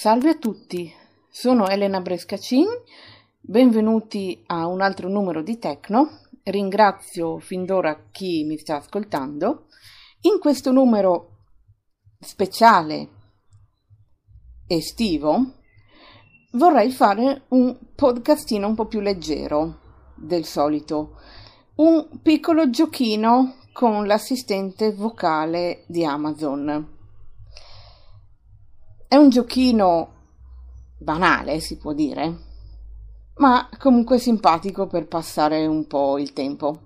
Salve a tutti, sono Elena Brescacin, benvenuti a un altro numero di Tecno. Ringrazio fin d'ora chi mi sta ascoltando. In questo numero speciale estivo vorrei fare un podcastino un po' più leggero del solito, un piccolo giochino con l'assistente vocale di Amazon. È un giochino banale, si può dire, ma comunque simpatico per passare un po' il tempo.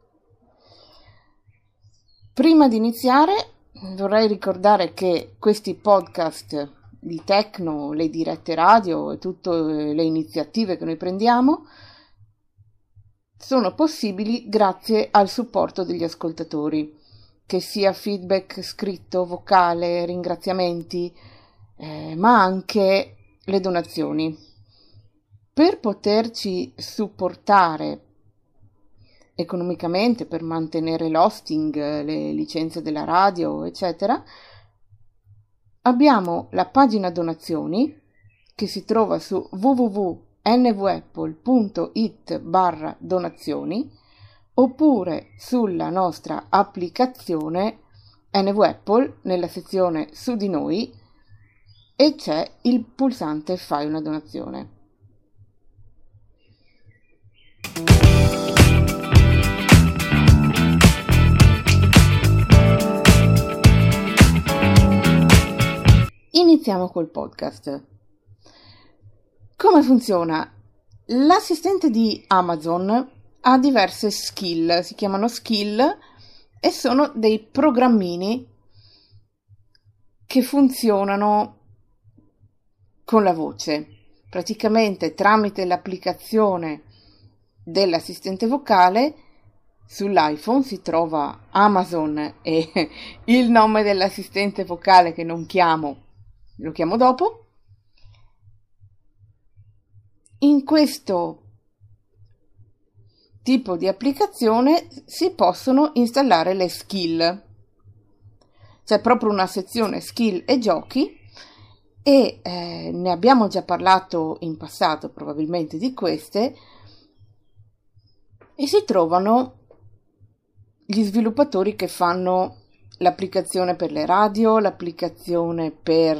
Prima di iniziare vorrei ricordare che questi podcast di Tecno, le dirette radio e tutte le iniziative che noi prendiamo sono possibili grazie al supporto degli ascoltatori, che sia feedback scritto, vocale, ringraziamenti, ma anche le donazioni. Per poterci supportare economicamente, per mantenere l'hosting, le licenze della radio, eccetera, abbiamo la pagina donazioni che si trova su www.nvapple.it/donazioni oppure sulla nostra applicazione NVApple nella sezione su di noi, e c'è il pulsante fai una donazione. Iniziamo col podcast. Come funziona? L'assistente di Amazon ha diverse skill, si chiamano skill e sono dei programmini che funzionano con la voce. Praticamente tramite l'applicazione dell'assistente vocale sull'iPhone si trova Amazon e il nome dell'assistente vocale che non chiamo, lo chiamo dopo. In questo tipo di applicazione si possono installare le skill. C'è proprio una sezione skill e giochi e ne abbiamo già parlato in passato probabilmente di queste, e si trovano gli sviluppatori che fanno l'applicazione per le radio, l'applicazione per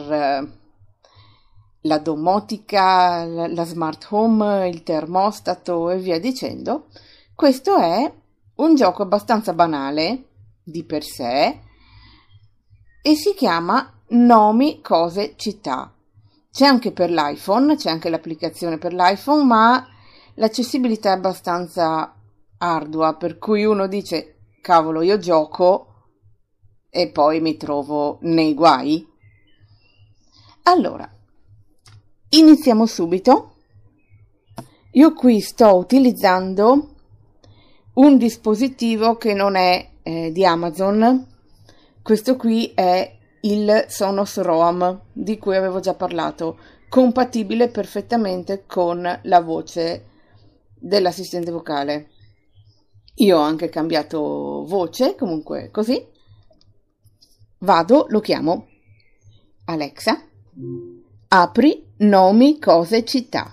la domotica, la smart home, il termostato e via dicendo. Questo è un gioco abbastanza banale di per sé e si chiama Nomi, cose, città. C'è anche per l'iPhone, c'è anche l'applicazione per l'iPhone, ma l'accessibilità è abbastanza ardua, per cui uno dice cavolo, io gioco e poi mi trovo nei guai. Allora, iniziamo subito. Io qui sto utilizzando un dispositivo che non è di Amazon. Questo qui è il Sonos Roam, di cui avevo già parlato, compatibile perfettamente con la voce dell'assistente vocale. Io ho anche cambiato voce, comunque così. Vado, lo chiamo. Alexa, apri nomi, cose, città.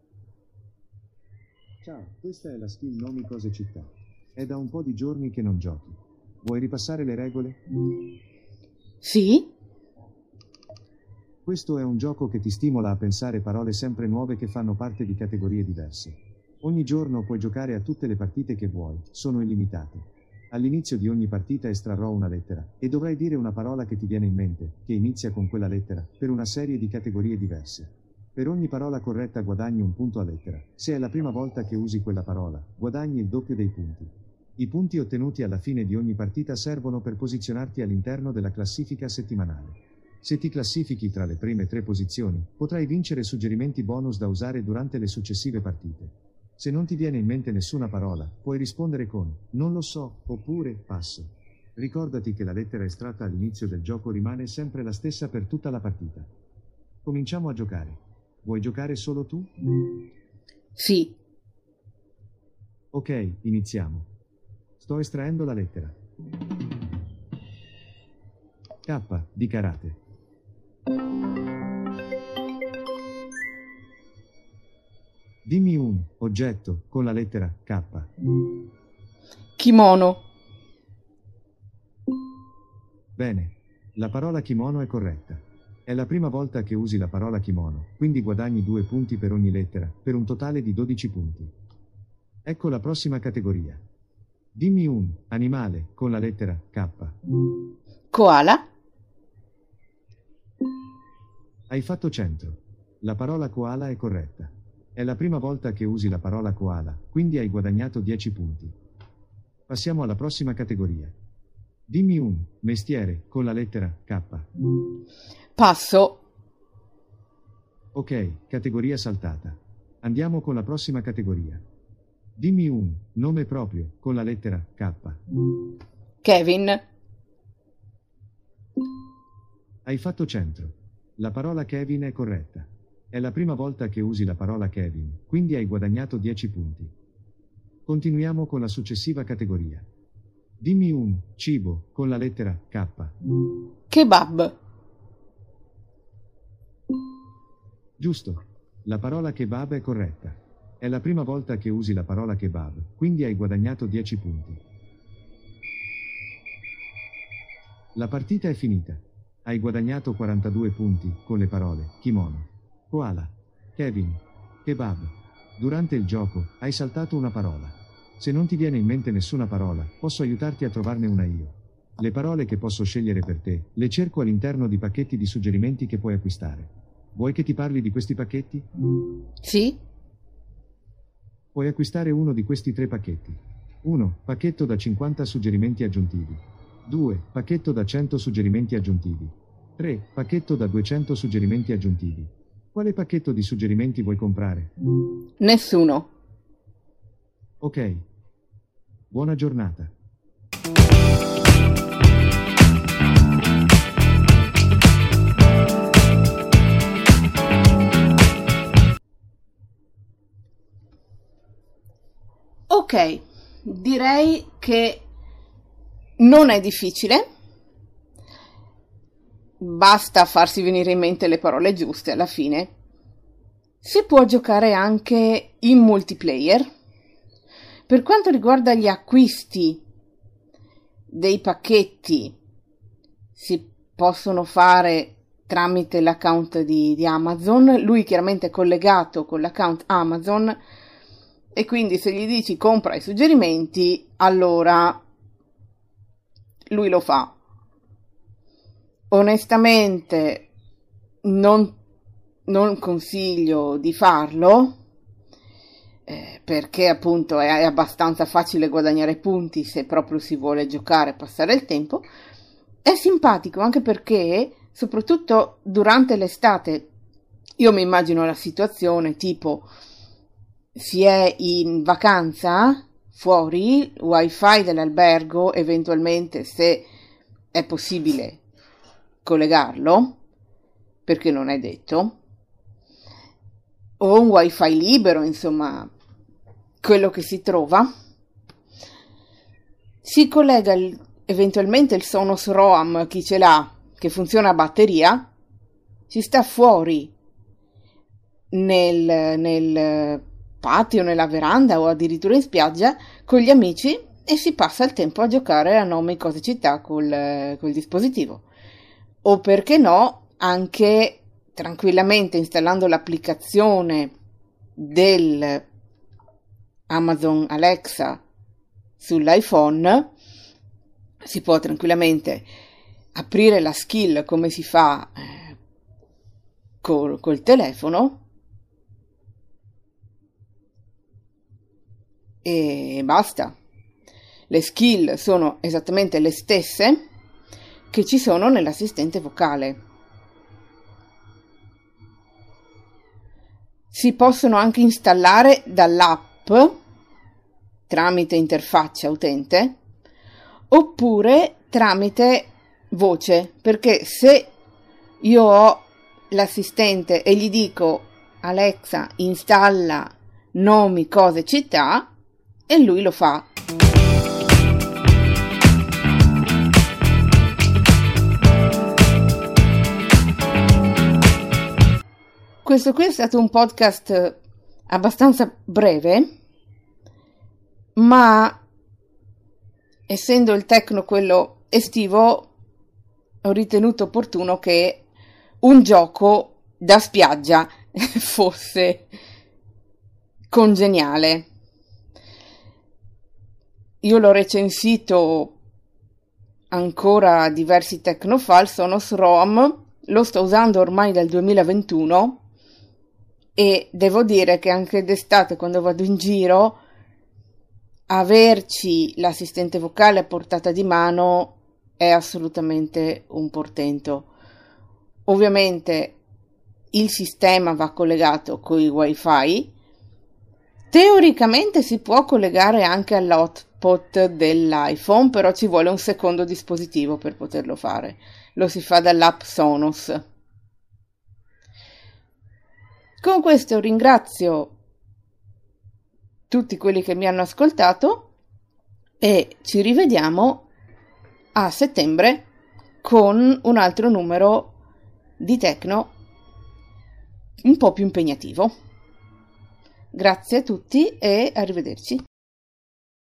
Ciao, questa è la skill Nomi, cose, città. È da un po' di giorni che non giochi. Vuoi ripassare le regole? Sì? Questo è un gioco che ti stimola a pensare parole sempre nuove che fanno parte di categorie diverse. Ogni giorno puoi giocare a tutte le partite che vuoi, sono illimitate. All'inizio di ogni partita estrarrò una lettera, e dovrai dire una parola che ti viene in mente, che inizia con quella lettera, per una serie di categorie diverse. Per ogni parola corretta guadagni un punto a lettera. Se è la prima volta che usi quella parola, guadagni il doppio dei punti. I punti ottenuti alla fine di ogni partita servono per posizionarti all'interno della classifica settimanale. Se ti classifichi tra le prime 3 posizioni, potrai vincere suggerimenti bonus da usare durante le successive partite. Se non ti viene in mente nessuna parola, puoi rispondere con "non lo so" oppure "passo". Ricordati che la lettera estratta all'inizio del gioco rimane sempre la stessa per tutta la partita. Cominciamo a giocare. Vuoi giocare solo tu? Sì. Ok, iniziamo. Sto estraendo la lettera. K di karate. Dimmi un oggetto con la lettera K. Kimono. Bene, la parola kimono è corretta. È la prima volta che usi la parola kimono, quindi guadagni 2 punti per ogni lettera, per un totale di 12 punti. Ecco la prossima categoria. Dimmi un animale con la lettera K. Koala. Hai fatto 100. La parola koala è corretta. È la prima volta che usi la parola koala, quindi hai guadagnato 10 punti. Passiamo alla prossima categoria. Dimmi un mestiere con la lettera K. Passo. Ok, categoria saltata. Andiamo con la prossima categoria. Dimmi un nome proprio con la lettera K. Kevin. Hai fatto 100. La parola Kevin è corretta. È la prima volta che usi la parola Kevin, quindi hai guadagnato 10 punti. Continuiamo con la successiva categoria. Dimmi un cibo con la lettera K. Kebab. Giusto. La parola kebab è corretta. È la prima volta che usi la parola kebab, quindi hai guadagnato 10 punti. La partita è finita. Hai guadagnato 42 punti con le parole kimono, koala, Kevin, kebab. Durante il gioco hai saltato una parola. Se non ti viene in mente nessuna parola, posso aiutarti a trovarne una io. Le parole che posso scegliere per te, le cerco all'interno di pacchetti di suggerimenti che puoi acquistare. Vuoi che ti parli di questi pacchetti? Sì. Puoi acquistare uno di questi 3 pacchetti. 1. Pacchetto da 50 suggerimenti aggiuntivi. 2. Pacchetto da 100 suggerimenti aggiuntivi. 3. Pacchetto da 200 suggerimenti aggiuntivi. Quale pacchetto di suggerimenti vuoi comprare? Nessuno. Ok. Buona giornata. Ok, direi che non è difficile. Basta farsi venire in mente le parole giuste alla fine. Si può giocare anche in multiplayer. Per quanto riguarda gli acquisti dei pacchetti, si possono fare tramite l'account di Amazon. Lui chiaramente è collegato con l'account Amazon e quindi se gli dici compra i suggerimenti, allora lui lo fa. Onestamente non consiglio di farlo, perché appunto è abbastanza facile guadagnare punti se proprio si vuole giocare e passare il tempo. È simpatico anche perché, soprattutto durante l'estate, io mi immagino la situazione tipo si è in vacanza fuori, wifi dell'albergo, eventualmente se è possibile collegarlo, perché non è detto, o un wifi libero, insomma, quello che si trova. Si collega eventualmente il Sonos Roam, chi ce l'ha, che funziona a batteria, si sta fuori nel patio, nella veranda o addirittura in spiaggia con gli amici e si passa il tempo a giocare a Nome Cose Città col dispositivo. O perché no, anche tranquillamente installando l'applicazione del Amazon Alexa sull'iPhone, si può tranquillamente aprire la skill come si fa col telefono e basta. Le skill sono esattamente le stesse che ci sono nell'assistente vocale. Si possono anche installare dall'app tramite interfaccia utente oppure tramite voce, perché se io ho l'assistente e gli dico Alexa installa Nomi Cose Città e lui lo fa. Questo qui è stato un podcast abbastanza breve, ma essendo il techno quello estivo, ho ritenuto opportuno che un gioco da spiaggia fosse congeniale. Io l'ho recensito ancora diversi Tecnofile, Sonos ROM, lo sto usando ormai dal 2021 e devo dire che anche d'estate, quando vado in giro, averci l'assistente vocale a portata di mano è assolutamente un portento. Ovviamente il sistema va collegato con i wifi, teoricamente si può collegare anche all'hotspot dell'iPhone, però ci vuole un secondo dispositivo per poterlo fare. Lo si fa dall'app Sonos. Con questo ringrazio tutti quelli che mi hanno ascoltato e ci rivediamo a settembre con un altro numero di Tecno un po' più impegnativo. Grazie a tutti e arrivederci.